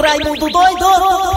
Raimundo Doido!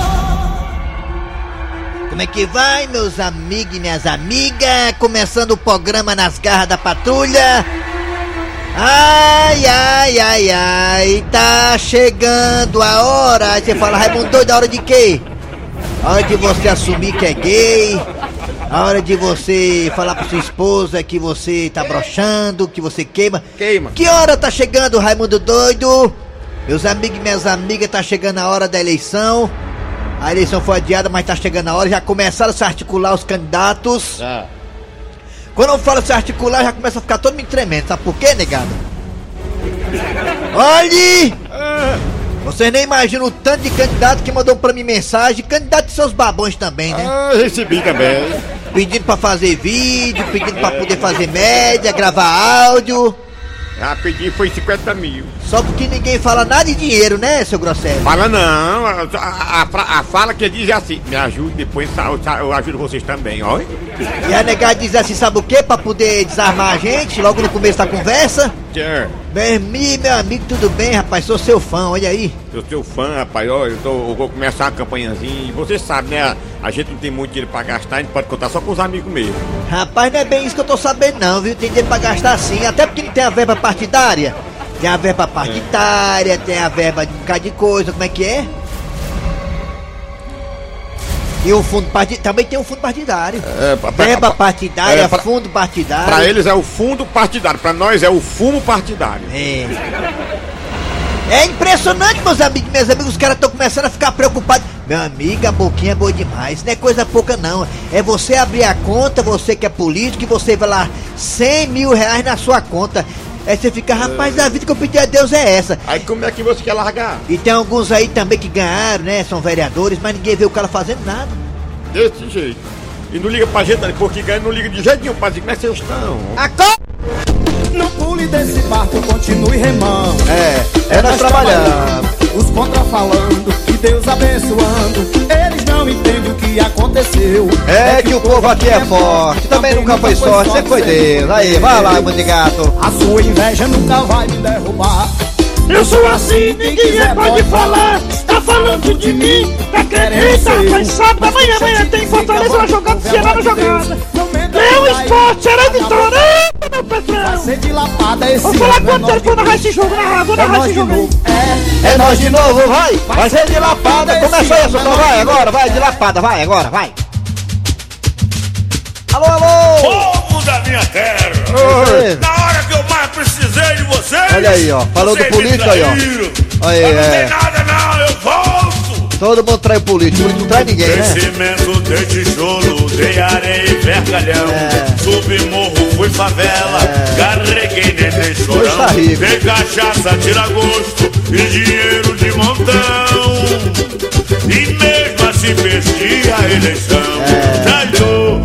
Como é que vai, meus amigos e minhas amigas? Começando o programa Nas Garras da Patrulha. Ai, ai, ai, ai, tá chegando a hora. Aí você fala, Raimundo Doido, a hora de quê? A hora de você assumir que é gay. A hora de você falar pra sua esposa que você tá broxando, que você queima. Que hora tá chegando, Raimundo Doido? Meus amigos e minhas amigas, tá chegando a hora da eleição. A eleição foi adiada, mas tá chegando a hora. Já começaram a se articular os candidatos. Quando eu falo se articular, já começa a ficar todo mundo tremendo. Sabe por quê, negado? Olhe! Vocês nem imaginam o tanto de candidato que mandou pra mim mensagem. Candidato de seus babões também, né? Recebi também. Pedindo pra fazer vídeo, pedindo pra poder fazer média, gravar áudio. Já pedi, foi 50 mil. Só porque ninguém fala nada de dinheiro, né, seu Grosselio? Fala não, a fala que diz é assim: me ajude, depois eu ajudo vocês também, ó. E a negada diz assim, sabe o quê? Pra poder desarmar a gente logo no começo da conversa. Meu amigo, tudo bem, rapaz? Sou seu fã, olha aí. Sou seu fã, rapaz, ó, eu vou começar uma campanhazinha. E você sabe, né? A gente não tem muito dinheiro pra gastar, a gente pode contar só com os amigos mesmo. Rapaz, não é bem isso que eu tô sabendo não, viu? Tem dinheiro pra gastar sim, até porque não tem a verba partidária. Tem a verba partidária, tem a verba de um bocado de coisa, como é que é? E o fundo partidário, também tem um fundo partidário. Verba partidária, fundo partidário. Pra eles é o fundo partidário, pra nós é o fumo partidário. É impressionante, meus amigos e minhas amigas, os caras estão começando a ficar preocupados. Meu amigo, a boquinha é boa demais, não é coisa pouca não. É você abrir a conta, você que é político, e você vai lá, 100 mil reais na sua conta. Aí você fica, rapaz, a vida que eu pedi a Deus é essa. Aí como é que você quer largar? E tem alguns aí também que ganharam, né, são vereadores, mas ninguém vê o cara fazendo nada. Desse jeito. E não liga pra gente, porque ganha, não liga de jeito nenhum pra dizer como é que vocês estão. Não pule desse barco, continue remando. É nós trabalhando. Os contra falando e Deus abençoando. Eles não entendem o que aconteceu. É que o povo aqui é forte. Também nunca foi sorte, sempre foi Deus. Aí, vai lá, mano de gato. A sua inveja nunca vai me derrubar. Eu sou assim, ninguém pode falar. Tá falando de mim, tá querendo. Eita, rapaz, sábado, amanhã tem Fortaleza, uma jogada, Ceará na jogada. Meu esporte era vitória, meu patrão. Vai ser de lapada esse vou falar quanto tempo vou narrar esse jogo, vou narrar esse jogo aí. É nós de novo, vai ser de lapada. Começou isso, então vai agora, vai de lapada, vai agora, vai. Alô, alô! Povo da minha terra! Na hora que eu mais precisei de vocês! Olha aí, ó, falou do político aí, ó. Aí, não tem nada não, eu volto! Todo mundo trai político não trai ninguém, né? Crescimento de tijolo, de areia e vergalhão. Subi morro, fui favela, carreguei neném chorão. Tem cachaça, tira gosto e dinheiro de montão. E mesmo assim perdi a eleição. Traidor,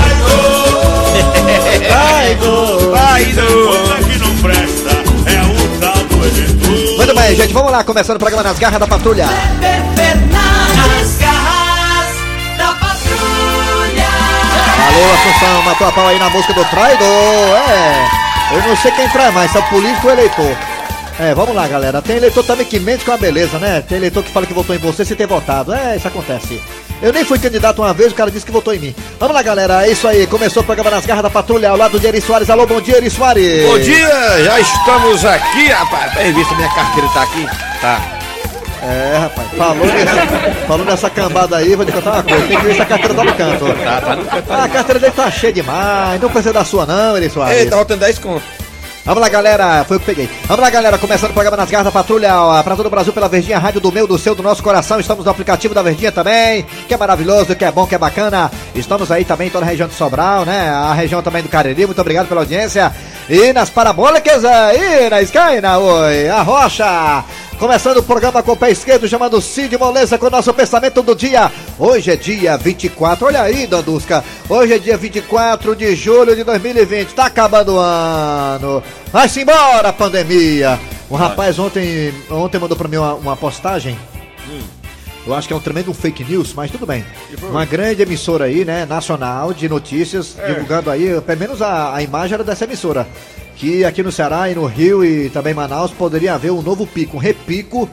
coisa que não presta é o tal do eleitor. Muito bem, gente, vamos lá, começando o programa Nas Garras da Patrulha. Nas Garras da Patrulha. Alô, Assunção, matou a pau aí na música do traidor. Eu não sei quem trai mais, se é o político ou o eleitor. Vamos lá, galera. Tem eleitor também que mente com a beleza, né? Tem eleitor que fala que votou em você sem ter votado. Isso acontece. Eu nem fui candidato uma vez, o cara disse que votou em mim. Vamos lá, galera, é isso aí. Começou o programa Nas Garras da Patrulha, ao lado de Eri Soares. Alô, bom dia, Eri Soares. Bom dia, já estamos aqui, rapaz. Bem visto, minha carteira tá aqui. Tá. Rapaz, falou nessa cambada aí, vou te contar uma coisa. Tem que ver se a carteira tá no canto. Tá no canto. A carteira dele tá cheia demais. Não precisa da sua não, Eri Soares. Ei, tá voltando 10 conto. Vamos lá, galera, foi o que peguei. Vamos lá, galera, começando o programa Nas Garras da Patrulha pra todo o Brasil pela Verdinha, rádio do meu, do seu, do nosso coração. Estamos no aplicativo da Verdinha também, que é maravilhoso, que é bom, que é bacana. Estamos aí também em toda a região de Sobral, né? A região também do Cariri, muito obrigado pela audiência. E nas parabólicas aí, na esquina, oi, a Rocha. Começando o programa com o pé esquerdo, chamando Cid Moleza com o nosso pensamento do dia. Hoje é dia 24, olha aí, Dandusca. Hoje é dia 24 de julho de 2020, tá acabando o ano. Vai-se embora, pandemia. Um rapaz ontem mandou pra mim uma postagem. Eu acho que é um tremendo fake news, mas tudo bem. Uma grande emissora aí, né, nacional de notícias, divulgando aí, pelo menos a imagem era dessa emissora. Que aqui no Ceará e no Rio e também em Manaus poderia haver um novo pico, um repico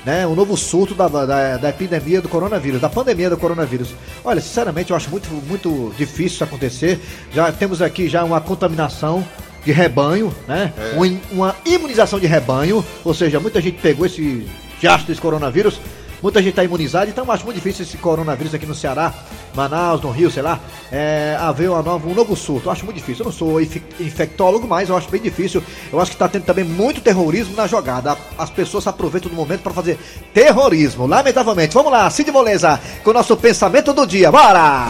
né, um novo surto da epidemia do coronavírus, da pandemia do coronavírus. Olha, sinceramente, eu acho muito, muito difícil isso acontecer. Já temos aqui já uma contaminação de rebanho, né? Uma imunização de rebanho, ou seja, muita gente pegou esse diacho desse coronavírus, muita gente está imunizada, então eu acho muito difícil esse coronavírus aqui no Ceará, Manaus, no Rio, sei lá, haver um novo surto. Eu acho muito difícil. Eu não sou infectólogo, mas eu acho bem difícil. Eu acho que está tendo também muito terrorismo na jogada. As pessoas se aproveitam do momento para fazer terrorismo, lamentavelmente. Vamos lá, Cid Moleza, com o nosso pensamento do dia. Bora!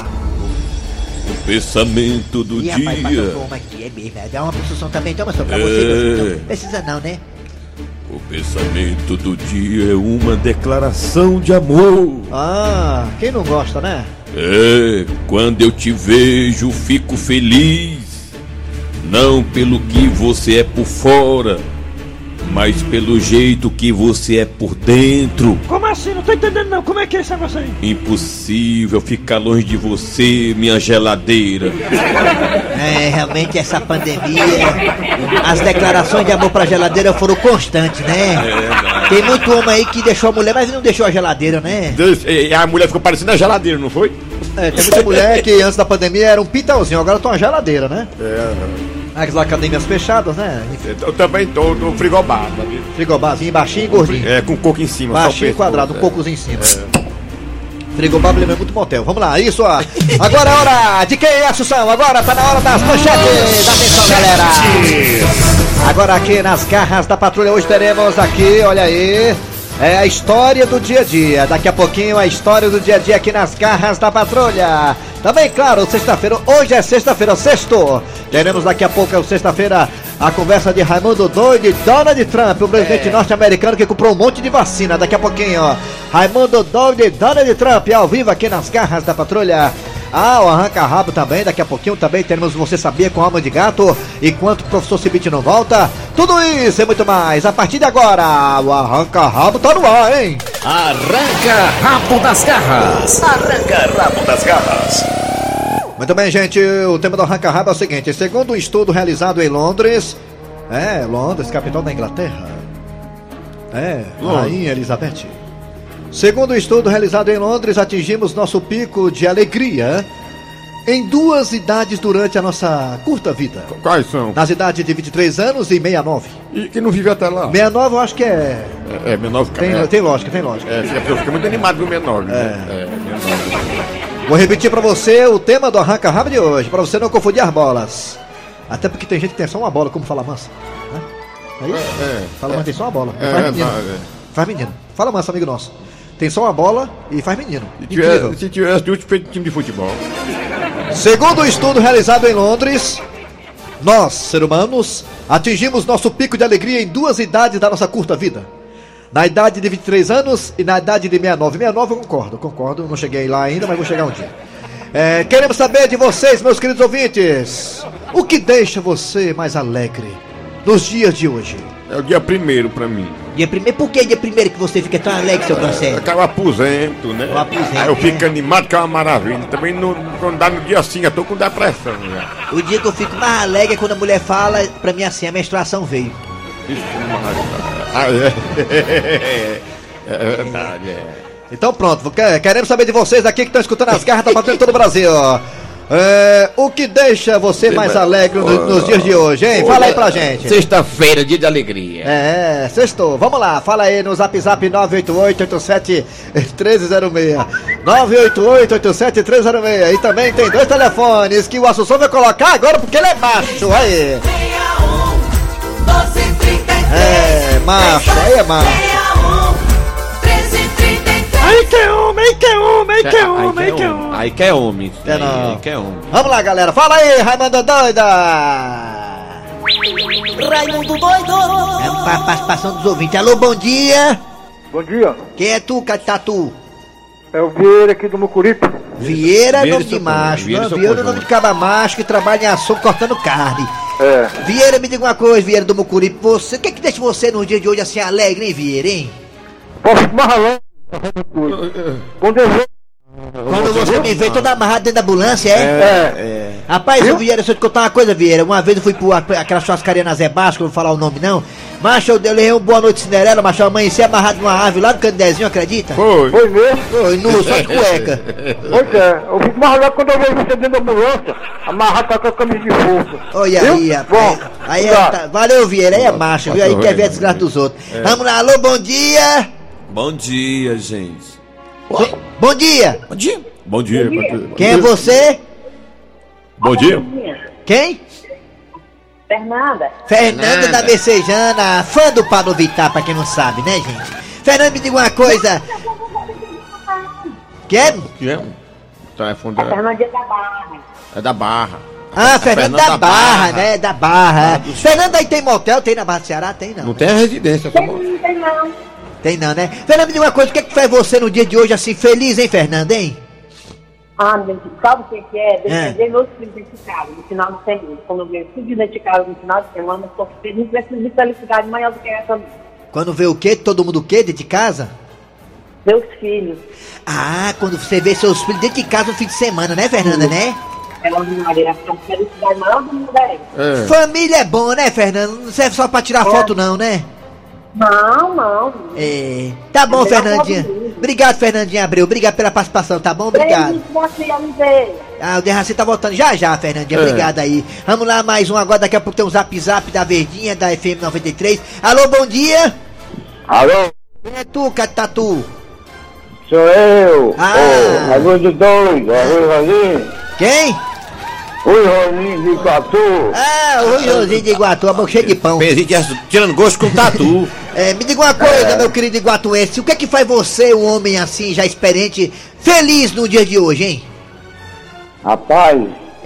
O pensamento do dia. Rapaz, toma aqui, é mesmo. Dá uma construção também, toma só pra você. Não precisa não, né? O pensamento do dia é uma declaração de amor. Ah, quem não gosta, né? Quando eu te vejo, fico feliz. Não pelo que você é por fora, mas pelo jeito que você é por dentro. Como assim? Não tô entendendo não. Como é que é esse negócio aí? Impossível ficar longe de você, minha geladeira. Realmente essa pandemia, as declarações de amor pra geladeira foram constantes, né? Tem muito homem aí que deixou a mulher, mas não deixou a geladeira, né? A mulher ficou parecendo a geladeira, não foi? Tem muita mulher que antes da pandemia era um pitãozinho, agora tô uma geladeira, né? As academias fechadas, né? Eu também tô no frigobar, sabe? Frigobarzinho baixinho e gordinho. Com coco em cima. Baixinho e quadrado, um cocozinho em cima. Frigobar me lembra muito motel. Vamos lá, isso, ó. Agora é hora de quem é, Assunção? Agora tá na hora das manchetes. Atenção, galera. Agora aqui nas garras da patrulha, hoje teremos aqui, olha aí, a história do dia a dia. Daqui a pouquinho a história do dia a dia aqui nas garras da patrulha. Também, claro, sexta-feira, hoje é sexta-feira, sexto. Teremos daqui a pouco, sexta-feira, a conversa de Raimundo Doido e Donald Trump, o presidente norte-americano que comprou um monte de vacina. Daqui a pouquinho, ó, Raimundo Doido e Donald Trump, ao vivo aqui nas garras da patrulha. O arranca-rabo também, daqui a pouquinho também teremos Você Sabia com Alma de Gato, enquanto o professor Cibite não volta. Tudo isso e muito mais, a partir de agora, o arranca-rabo tá no ar, hein? Arranca Rabo das Garras. Arranca Rabo das Garras. Muito bem, gente, o tema do arranca-rabo é o seguinte: segundo um estudo realizado em Londres, Londres, capital da Inglaterra, Rainha Elizabeth. Segundo o estudo realizado em Londres, atingimos nosso pico de alegria em duas idades durante a nossa curta vida. Quais são? Nas idades de 23 anos e 69. E que não vive até lá? 69 eu acho que é... 69. Tem lógica, tem lógica. Eu fico muito animado com o 69. Vou repetir pra você o tema do arranca-rabo de hoje, pra você não confundir as bolas. Até porque tem gente que tem só uma bola, como Fala Mansa, né? É isso? Fala Mansa tem só uma bola. Faz menino. Fala Mansa, amigo nosso. Tem só uma bola e faz menino. Se tivesse duas feito time de futebol. Segundo o estudo realizado em Londres, nós, seres humanos, atingimos nosso pico de alegria em duas idades da nossa curta vida. Na idade de 23 anos e na idade de 69. 69 eu concordo. Não cheguei lá ainda, mas vou chegar um dia. Queremos saber de vocês, meus queridos ouvintes, o que deixa você mais alegre nos dias de hoje? É o dia primeiro pra mim. Dia primeiro? Por que dia primeiro que você fica tão alegre, seu Cancelo? Eu aposento, né? Aí eu fico animado, que é uma maravilha. Também quando dá no dia assim, eu tô com depressão já. O dia que eu fico mais alegre é quando a mulher fala pra mim assim: a menstruação veio. Isso é verdade, Então pronto, queremos saber de vocês aqui que estão escutando as garras da patrulha em todo o Brasil. O que deixa você mais alegre nos dias de hoje, hein? Fala aí pra gente. Sexta-feira, dia de alegria. Sextou. Vamos lá, fala aí no Zap 988-87-1306. 988-87-1306. E também tem dois telefones que o Assunção vai colocar agora porque ele é macho. Aí. Macho, aí é macho. Aí que é homem, aí que é homem, aí que é homem, aí que é homem. Aí que é homem. Não. Que é homem. Vamos lá, galera. Fala aí, Raimundo Doida. Raimundo Doido. Participação dos ouvintes. Alô, bom dia. Bom dia. Quem é tu, Tatu? É o Vieira aqui do Mucuripe. Vieira é nome de macho. Vieira é nome de caba macho que trabalha em açougue cortando carne. Vieira, me diga uma coisa, Vieira do Mucuripe. O que é que deixa você no dia de hoje assim alegre, hein, Vieira, hein? Posso marralão? Bom desejo. Quando você me vê todo amarrado dentro da ambulância, Rapaz, Vieira, deixa eu te contar uma coisa, Vieira. Uma vez eu fui pra aquela churrascaria na Zé Basco, não vou falar o nome não. Macho, eu levei um Boa Noite Cinderela, macho, eu amanheci amarrado numa árvore lá no Candezinho, acredita? Foi mesmo? Foi, nu, só de cueca. Pois é, eu fico mais louco quando eu vejo você dentro da ambulância, amarrado com a camisa de força. Olha aí, rapaz. Bom, aí valeu, Vieira, aí é macho, viu? Aí quer ver a desgraça dos outros. Vamos lá, alô, bom dia. Bom dia, gente. Bom dia. Bom dia. Bom dia. Quem é você? Bom dia. Quem? Fernanda da Messejana, fã do Pablo Vittar, pra quem não sabe, né, gente? Fernanda, me diga uma coisa. Que é? O telefone dela. Fernanda da Barra. É da Barra. Ah, Fernanda da Barra, né? Da Barra. Fernanda, aí tem motel? Tem na Barra do Ceará? Tem não. Não tem a residência. Tem não. Tem não, né? Fernanda, me diga uma coisa. O que faz você no dia de hoje assim feliz, hein, Fernanda, hein? Sabe o que é? Defender meus filhos dentro de casa, no final de semana. Quando eu vejo tudo dentro de casa no final de semana, eu estou feliz, preciso de felicidade maior do que essa. Quando vê o quê? Todo mundo o quê? Dentro de casa? Meus filhos. Ah, quando você vê seus filhos dentro de casa no fim de semana, né, Fernanda, né? A felicidade maior do mundo é essa. Família é bom, né, Fernanda? Não serve só pra tirar foto, não, né? Não. É. Tá bom, Fernandinha. Obrigado, Fernandinha Abreu. Obrigado pela participação, tá bom? Obrigado. O Derraci tá voltando já, Fernandinha. Obrigado aí. Vamos lá, mais um agora. Daqui a pouco tem um zap da Verdinha, da FM 93. Alô, bom dia. Alô? Quem é tu, Catatu? Sou eu. Rui do Doido, Rui Rosinho. Quem? Rui Rosinho de Iguatu. O Rui Rosinho de Iguatu, a boca cheia de pão. Tirando gosto com tatu. Me diga uma coisa, meu querido iguatuense. O que é que faz você, um homem assim, já experiente, feliz no dia de hoje, hein? Rapaz,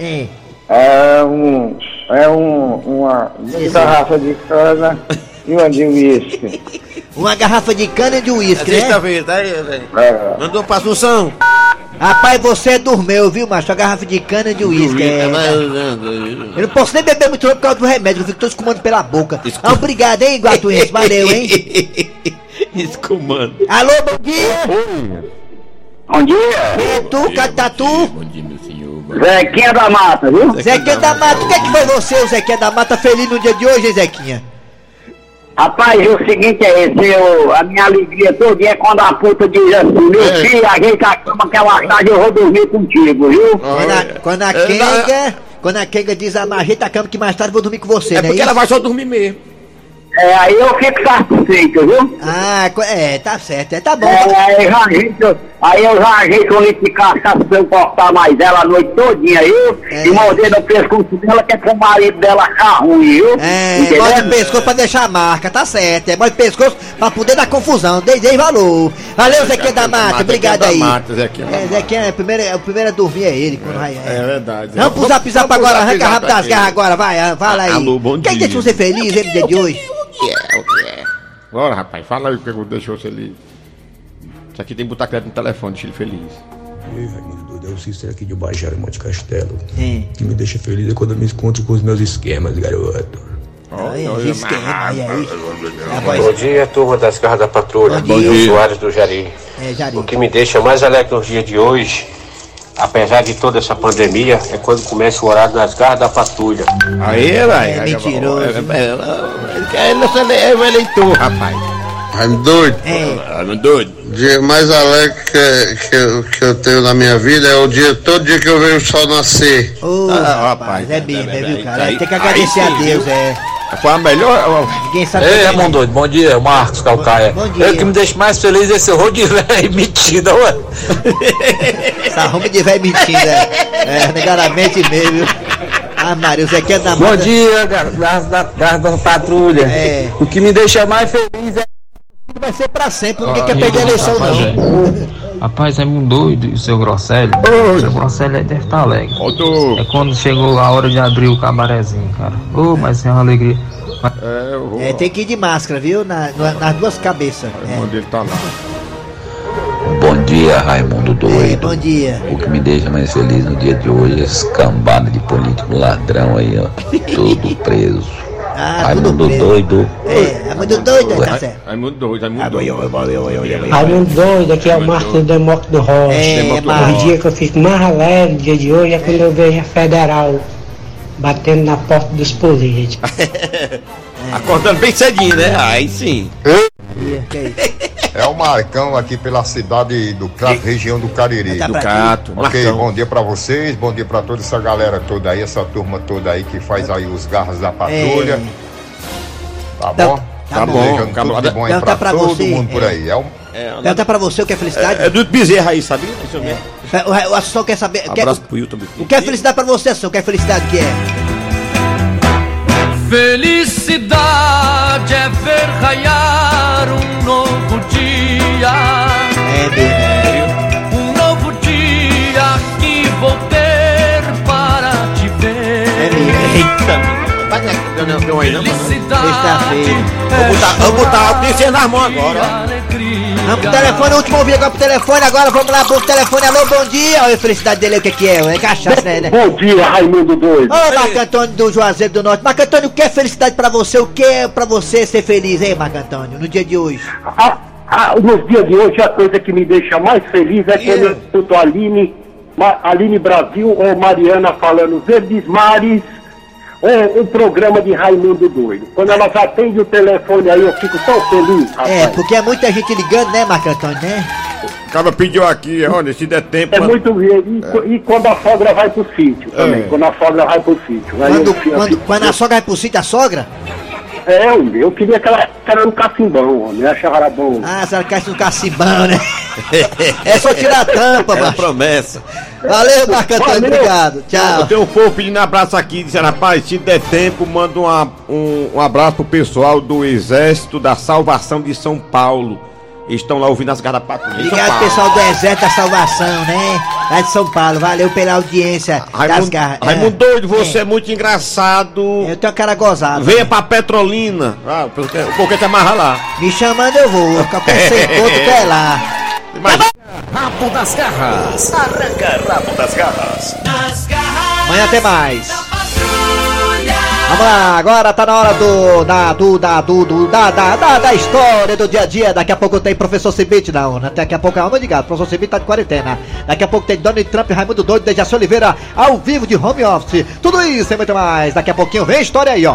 uma garrafa de cana e uma de uísque. Uma garrafa de cana e de uísque, né? Sexta-feira, tá aí, velho. Mandou pra Assunção. Rapaz, você dormiu, viu, macho? A garrafa de cana e de uísque. Eu não posso nem beber muito por causa do remédio, eu fico todo escumando pela boca. Obrigado, hein, iguatuense? Valeu, hein? Escumando. Alô, bom dia. Bom dia. E tu, Catatu? Bom dia, meu senhor. Zequinha da Mata, viu? Zequinha da Mata. O que é que foi você, o Zequinha da Mata, feliz no dia de hoje, hein, Zequinha? Rapaz, o seguinte é esse, a minha alegria toda é quando a puta diz assim, meu filho, ajeita a cama que ela tarde eu vou dormir contigo, viu? Quando a Kenga diz, ajeita a cama que mais tarde eu vou dormir com você, né? Porque ela vai só dormir mesmo. Aí eu fico satisfeito, viu? Tá certo, tá bom. Aí eu já ajeito o litro de cachaça pra eu cortar mais ela a noite todinha, viu? E morder no pescoço dela, que é pro marido dela achar ruim, viu? Morde o pescoço pra deixar a marca, tá certo. Morde o pescoço pra poder dar confusão, dei valor. Valeu, Zequinha da Mata, obrigado aí. Zequinha, o primeiro a dormir é ele. É verdade. Vamos pro zap agora, arranca rápido das garras agora, vai, fala aí. Alô, bom dia. Quem deixa você feliz, hein, no dia de hoje? O que é? Bora, rapaz, fala aí o que deixou você feliz. Isso aqui tem que botar crédito no telefone, deixa ele feliz. Ei, Raimundo Doido, é o Cícero aqui de Bajara, Monte Castelo. Que me deixa feliz é quando eu me encontro com os meus esquemas, garoto. Bom dia, turma das Garras da Patrulha. Bom dia, Soares do Jari. O que me deixa mais alegre nos dias de hoje, apesar de toda essa pandemia, é quando começa o horário das Garras da Patrulha. Aí, velho. Mentiroso. Ele é o eleitor, rapaz. Raimundo Doido. Raimundo Doido. O dia mais alegre que eu tenho na minha vida é todo dia que eu vejo o sol nascer. Rapaz, é mesmo, viu, cara? Tem que agradecer a Deus, Foi a melhor. Ninguém sabe. Ei, Raimundo Doido, bom dia, Marcos Calcaia. Bom dia. O que me deixa mais feliz é esse rolo de velho metido, ué. Essa roupa de velho metido, negaramente mesmo, viu? Maria, o Zequinha da Mata. Bom dia, Garras da Patrulha. O que me deixa mais feliz é. Vai ser pra sempre, ninguém quer perder a eleição, não. Rapaz, é muito doido o seu Grosselio. O seu Grosselio deve estar alegre. É quando chegou a hora de abrir o cabarezinho, cara. Mas é uma alegria. Tem que ir de máscara, viu? Nas duas cabeças. O dele tá lá. Bom dia, Raimundo Doido. Bom dia. O que me deixa mais feliz no dia de hoje é essa cambada de político ladrão aí, ó. Tudo preso. Raimundo doido. Raimundo doido, tá certo. Raimundo doido. Raimundo doido, aqui é o Márcio Demócrito do Rocha. O dia que eu fico mais alegre, no dia de hoje, é quando eu vejo a Federal batendo na porta dos políticos. Acordando bem cedinho, né? Aí sim. É o Marcão aqui pela cidade do Crato, região do Cariri. Do Crato. Ok, Marcão. Bom dia pra vocês, bom dia pra toda essa galera toda aí, essa turma toda aí que faz aí os garras da patrulha. Tá bom? Tá bom. Desejando tudo de bom aí pra todo mundo por aí. Pergunta pra você o que é felicidade? É do Bezerra aí, sabia? O Assunção quer saber. Abraço pro YouTube. O que é felicidade pra você, Assunção? O que é felicidade que é? Felicidade é ver raiar um novo dia. Um novo dia que vou ter para te ver. Eita, não aí não. Vou botar o PC na mão agora. Vamos pro telefone, último ouvir agora pro telefone, agora vamos lá pro telefone. Alô, bom dia. Olha a felicidade dele, o que é? É cachaça, né? Bom dia, Raimundo doido. Ô, Marco Antônio do Juazeiro do Norte. Marco Antônio, o que é felicidade pra você? O que é pra você ser feliz, hein, Marco Antônio, no dia de hoje? Nos dias de hoje, a coisa que me deixa mais feliz é quando eu escuto a Aline Brasil ou Mariana falando Verdes Mares, ou o programa de Raimundo doido. Quando elas atendem o telefone aí, eu fico tão feliz, rapaz. Porque é muita gente ligando, né, Marco Antônio, né? O cara pediu aqui, olha, se der tempo... Muito e quando a sogra vai pro sítio também, quando a sogra vai pro sítio. Quando a sogra vai pro sítio, a sogra? Eu queria que ela era no cacimbão, homem, eu achava bom. Ah, se ela quer no cacimbão, né? É só tirar a tampa, mano. Promessa. Valeu, Marco Antônio, obrigado. Tchau. Eu tenho um povo pedindo abraço aqui, dizendo, rapaz, se der tempo, manda um abraço pro pessoal do Exército da Salvação de São Paulo. Estão lá ouvindo as garras da patrulha. Obrigado, pessoal do Exército da Salvação, né? Lá de São Paulo. Valeu pela audiência das garras. Raimundo doido, você é muito engraçado. Eu tenho uma cara gozada. Venha pra Petrolina. Porque te amarra lá. Me chamando eu vou. Qualquer sem encontro que é lá. Rabo das Garras. Arranca rabo das garras. Amanhã tem mais. Vamos lá, agora tá na hora da história do dia a dia. Daqui a pouco tem professor Cibite, não. Daqui a pouco é alma de gato. Professor Cibite tá de quarentena. Daqui a pouco tem Donald Trump e Raimundo Doido, Dejaci Oliveira ao vivo de home office. Tudo isso e muito mais. Daqui a pouquinho vem a história aí, ó.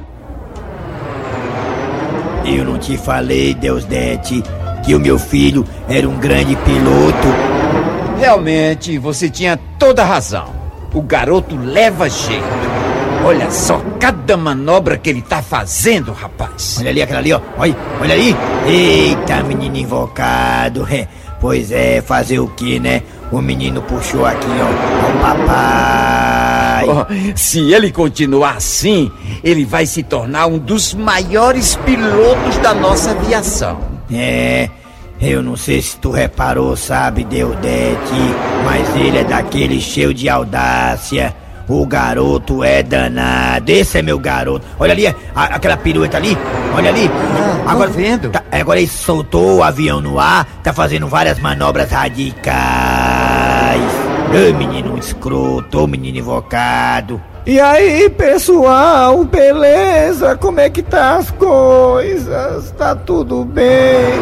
Eu não te falei, Deusdete, que o meu filho era um grande piloto. Realmente, você tinha toda a razão. O garoto leva jeito. Olha só cada manobra que ele tá fazendo, rapaz. Olha ali, aquela ali, ó. Olha ali. Eita, menino invocado. Pois é, fazer o que, né? O menino puxou aqui, ó, o papai. Se ele continuar assim, ele vai se tornar um dos maiores pilotos da nossa aviação. Eu não sei se tu reparou, sabe, Deudete, mas ele é daquele cheio de audácia. O garoto é danado. Esse é meu garoto. Olha ali, aquela pirueta ali. Olha ali. Agora vendo. Agora ele soltou o avião no ar. Tá fazendo várias manobras radicais. Ô menino escroto, ô menino invocado. E aí, pessoal, beleza? Como é que tá as coisas? Tá tudo bem?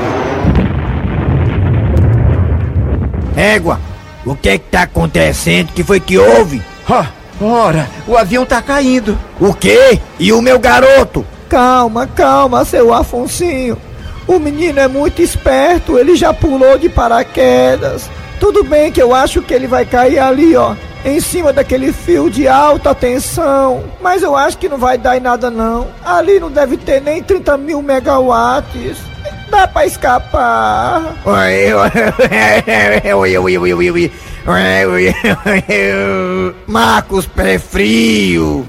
Égua, o que tá acontecendo? O que foi que houve? Ora, o avião tá caindo. O quê? E o meu garoto? Calma, seu Afonsinho. O menino é muito esperto, ele já pulou de paraquedas. Tudo bem que eu acho que ele vai cair ali, ó, em cima daquele fio de alta tensão. Mas eu acho que não vai dar em nada não. Ali não deve ter nem 30 mil megawatts. Dá pra escapar. Marcos Pé Frio.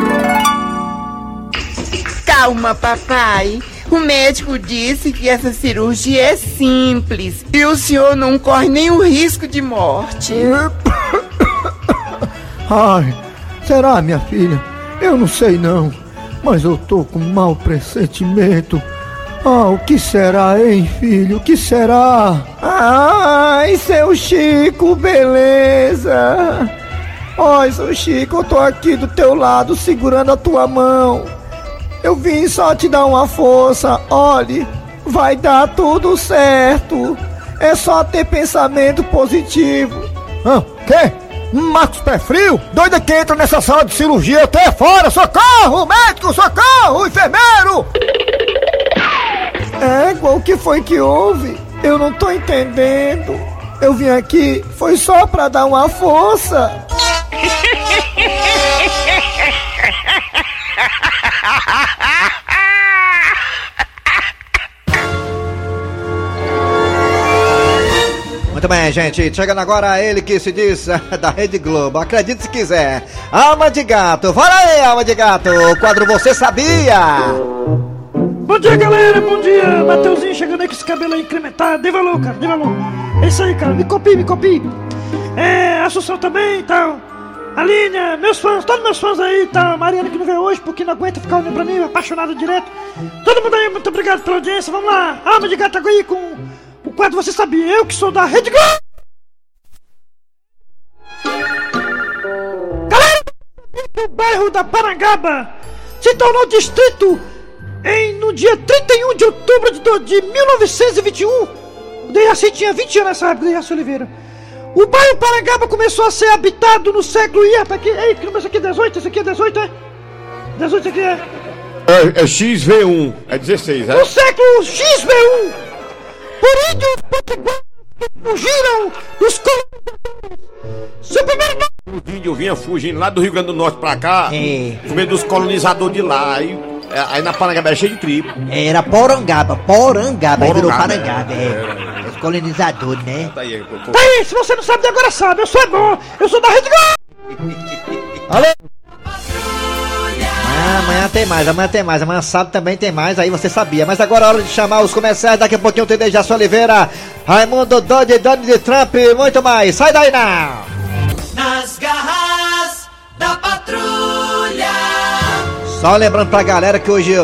Calma, papai. O médico disse que essa cirurgia é simples e o senhor não corre nenhum risco de morte. Ai, será, minha filha? Eu não sei não, mas eu tô com um mau pressentimento. O que será, hein, filho? O que será? Ai, seu Chico, beleza? Oi, seu Chico, eu tô aqui do teu lado, segurando a tua mão. Eu vim só te dar uma força. Olhe, vai dar tudo certo. É só ter pensamento positivo. Quê? Marcos Pé Frio? Doida que entra nessa sala de cirurgia até fora! Socorro! Médico, socorro! Enfermeiro! O que foi que houve? Eu não tô entendendo. Eu vim aqui, foi só pra dar uma força. Muito bem, gente, chegando agora ele que se diz da Rede Globo, acredite se quiser, Alma de Gato. Fala aí, Alma de Gato, o quadro Você Sabia? Bom dia, galera, bom dia. Mateuzinho chegando aí com esse cabelo aí incrementado. Dê valor, cara, dê valor. É isso aí, cara, me copie. Assunção também e tal. Aline, meus fãs, todos meus fãs aí e tal. Mariana que não veio hoje porque não aguenta ficar olhando pra mim, apaixonado direto. Todo mundo aí, muito obrigado pela audiência. Vamos lá, Alma de Gato aí com o quadro Você Sabia. Eu que sou da Rede Globo. Galera, o bairro da Parangaba se tornou distrito no dia 31 de outubro de 1921. O Dejaci tinha 20 anos nessa época, Dejaci Oliveira. O bairro Parangaba começou a ser habitado no século... que número isso aqui é 18? Isso aqui é 18, é? 18 isso aqui é... É XV1, é 16, é? No século XV1, por índios potiguares que fugiram dos colonizadores. Seu primeiro nome... Os índios vinham fugindo lá do Rio Grande do Norte pra cá, por meio dos colonizadores de lá, aí na Parangaba era cheio de tribo. Era Porangaba, aí virou Parangaba, Os colonizadores, né? Tá aí, se você não sabe de agora sabe, eu sou bom, eu sou da Rede Globo! Alô? Amanhã tem mais, amanhã sábado também tem mais, aí você sabia. Mas agora é hora de chamar os comerciais, daqui a pouquinho tem Dejaci Oliveira, Raimundo Doide, Donald Trump e muito mais. Sai daí não! Nas garras da patrulha. Só lembrando pra galera que hoje,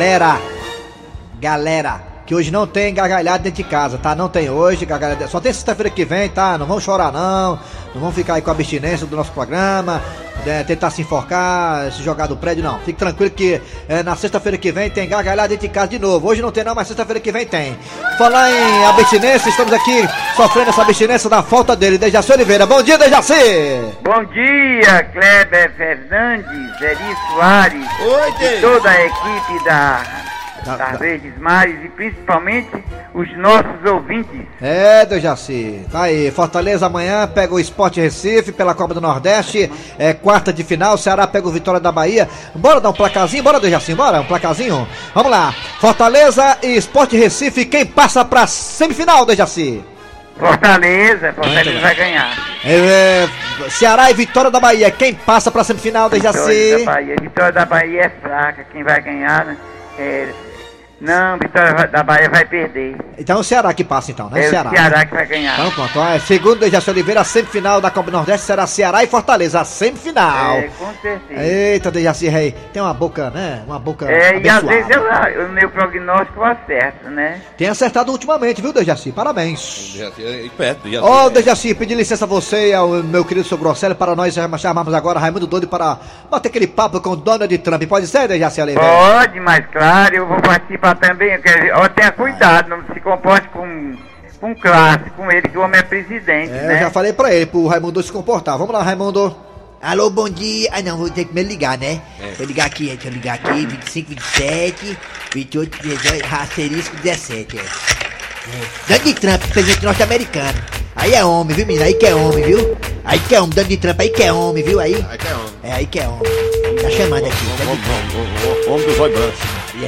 que hoje não tem gargalhada dentro de casa, tá? Não tem hoje, gargalhada, só tem sexta-feira que vem, tá? Não vão chorar não vão ficar aí com a abstinência do nosso programa, tentar se enforcar, se jogar do prédio, não. Fique tranquilo que na sexta-feira que vem tem gargalhada dentro de casa de novo. Hoje não tem não, mas sexta-feira que vem tem. Falar em abstinência, estamos aqui sofrendo essa abstinência da falta dele, Dejaci Oliveira. Bom dia, Dejaci! Bom dia, Kleber Fernandes, Eri Soares. Oi, e toda a equipe da Verdes Mares e principalmente os nossos ouvintes. Dejaci, tá aí, Fortaleza amanhã pega o Sport Recife pela Copa do Nordeste, quarta de final, Ceará pega o Vitória da Bahia. Bora dar um placazinho, bora, Dejaci, bora, um placazinho. Vamos lá, Fortaleza e Sport Recife, quem passa pra semifinal, Dejaci? Fortaleza vai ganhar. Ceará e Vitória da Bahia, quem passa pra semifinal, Dejaci? Vitória da Bahia é fraca, quem vai ganhar, né? Não, Vitória da Bahia vai perder. Então é o Ceará que passa então, né? O Ceará que vai ganhar. Então pronto, segundo Dejaci Oliveira, a semifinal da Copa do Nordeste será Ceará e Fortaleza, a semifinal. Com certeza. Eita, Dejaci Rei, tem uma boca, né? Uma boca abençoada. E às vezes o meu prognóstico acerta, né? Tem acertado ultimamente, viu, Dejaci? Parabéns. Ó, Dejaci, pedir licença a você e ao meu querido seu Grosselio para nós chamarmos agora Raimundo Doido para bater aquele papo com Donald Trump. Pode ser, Dejaci Oliveira? Pode, mas claro, eu vou participar também. Tenha cuidado, não se comporte com classe, com ele, que o homem é presidente, né? Eu já falei pra ele, pro Raimundo se comportar. Vamos lá, Raimundo. Alô, bom dia. Não, vou ter que me ligar, né? Vou ligar aqui, deixa eu ligar aqui, 25, 27, 28, 18, asterisco 17, Donald Trump, presidente norte-americano. Aí é homem, viu, menino? Aí que é homem, viu? Aí que é homem, Donald Trump, aí que é homem, viu? Aí que é homem. Aí que é homem. Tá chamando aqui. Homem dos olhos brancos.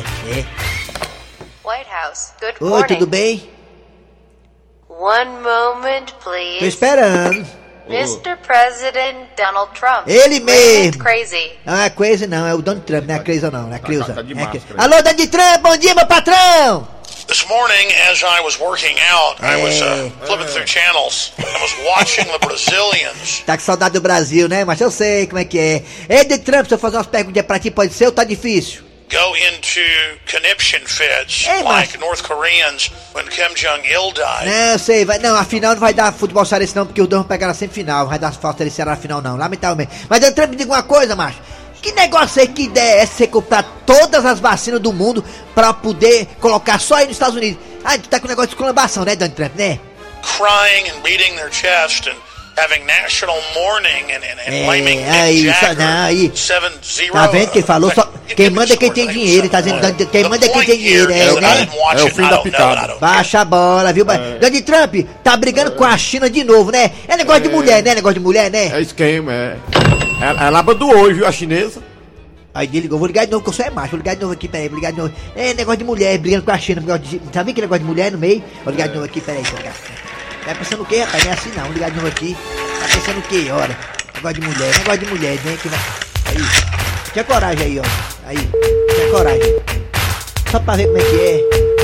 White House, good Oi, morning. tudo bem? One moment, please. Tô esperando. Mr. President Donald Trump. Ele mesmo. Crazy. Não é crazy não, é o Donald Trump, não é crazy não, não é crazy. Alô, Donald Trump, bom dia, meu patrão! This morning, as I was working out, I was flipping through channels. I was watching the Brazilians. Tá com saudade do Brasil, né? Mas eu sei como é que é. Ei, Donald Trump, se eu fazer umas perguntas pra ti, pode ser ou tá difícil? Go into conniption fits like North Koreans when Kim Jong-il died. Não, eu sei, não, afinal não vai dar futebol cearense não, porque os dois vão pegar na semifinal, não vai dar falta de Ceará na final não, lamentavelmente. Mas Donald Trump, me diga uma coisa, macho. Que negócio é que ideia é essa você comprar todas as vacinas do mundo pra poder colocar só aí nos Estados Unidos? Ah, tu tá com negócio de esculhambação, né, Donald Trump, né? Crying and beating their chest and having national mourning and blaming aí, Nick Jagger, não, aí. 7-0. Tá vendo que ele falou? Só, quem manda é quem tem dinheiro, tá dizendo, quem manda é quem tem dinheiro, né? É o fim da picada. Baixa a bola, viu? Donald Trump tá brigando com a China de novo, né? É negócio de mulher, né? Negócio de mulher, né? É esquema, é. Ela abandoou, viu, a chinesa? Aí ele ligou, vou ligar de novo, que eu sou macho, vou ligar de novo aqui, peraí, vou ligar de novo. É negócio de mulher, brigando com a China, sabe que negócio de mulher no meio? Vou ligar de novo aqui, peraí, vou ligar. Tá pensando o quê, rapaz? Não é assim não, vou ligar de novo aqui. Tá pensando o quê, ora? Negócio de mulher, né? Que vai... Aí, tinha coragem aí, ó. Aí, tinha coragem. Só pra ver como é que é.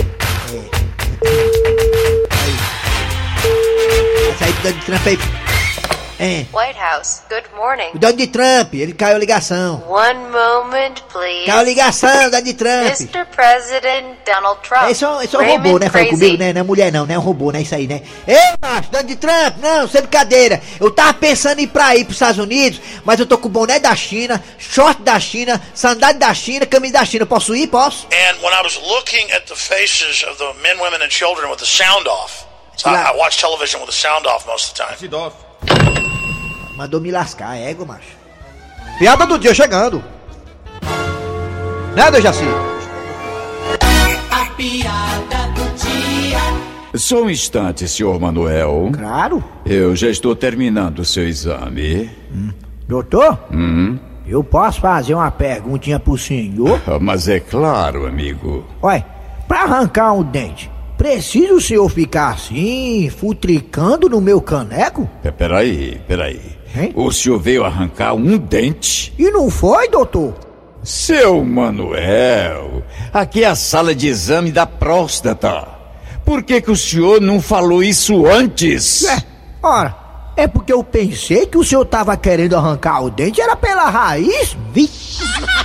Aí. Essa aí do Donald Trump aí. White House, good morning. O Donald Trump, ele caiu a ligação. One moment, please. Caiu a ligação, Donald Trump. Mr. President Donald Trump. Esse é um robô, né? Falou comigo, né? Não é mulher não, né? É um robô, né? Isso aí, né? Ei, macho, Donald Trump, não, sem brincadeira. Eu tava pensando em ir pros Estados Unidos, mas eu tô com boné da China, short da China, sandália da China, camisa da China. Posso ir? Posso? And when I was looking at the faces of the men, women and children with the sound off, I watch television with the sound off most of the time. Mandou me lascar, égua, macho. Piada do dia chegando. Né, Dejaci? A piada do dia. Só um instante, senhor Manuel. Claro. Eu já estou terminando o seu exame. Doutor? Eu posso fazer uma perguntinha pro senhor? Mas é claro, amigo. Olha, pra arrancar um dente, precisa o senhor ficar assim, futricando no meu caneco? Peraí. Hein? O senhor veio arrancar um dente? E não foi, doutor? Seu Manuel, aqui é a sala de exame da próstata. Por que o senhor não falou isso antes? Ora, é porque eu pensei que o senhor tava querendo arrancar o dente, era pela raiz, vixe.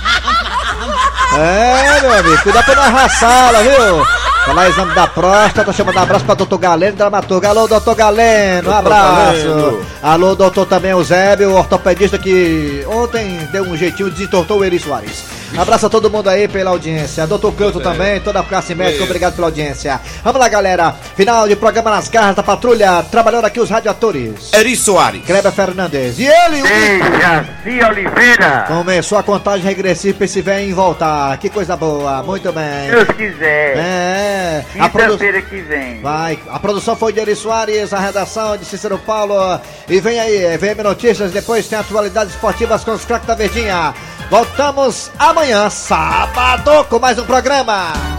Meu amigo, cuidado pra não arrasá-la, viu? Falar exame da próstata, tô chamando um abraço pra doutor Galeno, dramaturgo. Alô, doutor Galeno, um abraço. Galeno. Alô, doutor também Eusébio, ortopedista que ontem deu um jeitinho, desentortou o Eri Soares. Abraço a todo mundo aí pela audiência. Doutor Cleuto também, toda a classe médica, obrigado pela audiência. Vamos lá, galera. Final de programa nas garras da patrulha. Trabalhando aqui os radiatores. Eri Soares. Kleber Fernandes. E ele, Dejaci Oliveira. Começou a contagem regressiva pra esse velho voltar. Que coisa boa, muito bem. Deus quiser. Quinta-feira que vem. Vai. A produção foi de Eri Soares, a redação de Cícero Paulo. E vem aí, VM Notícias, depois tem atualidades esportivas com os craques da Verdinha. Voltamos amanhã, sábado, com mais um programa.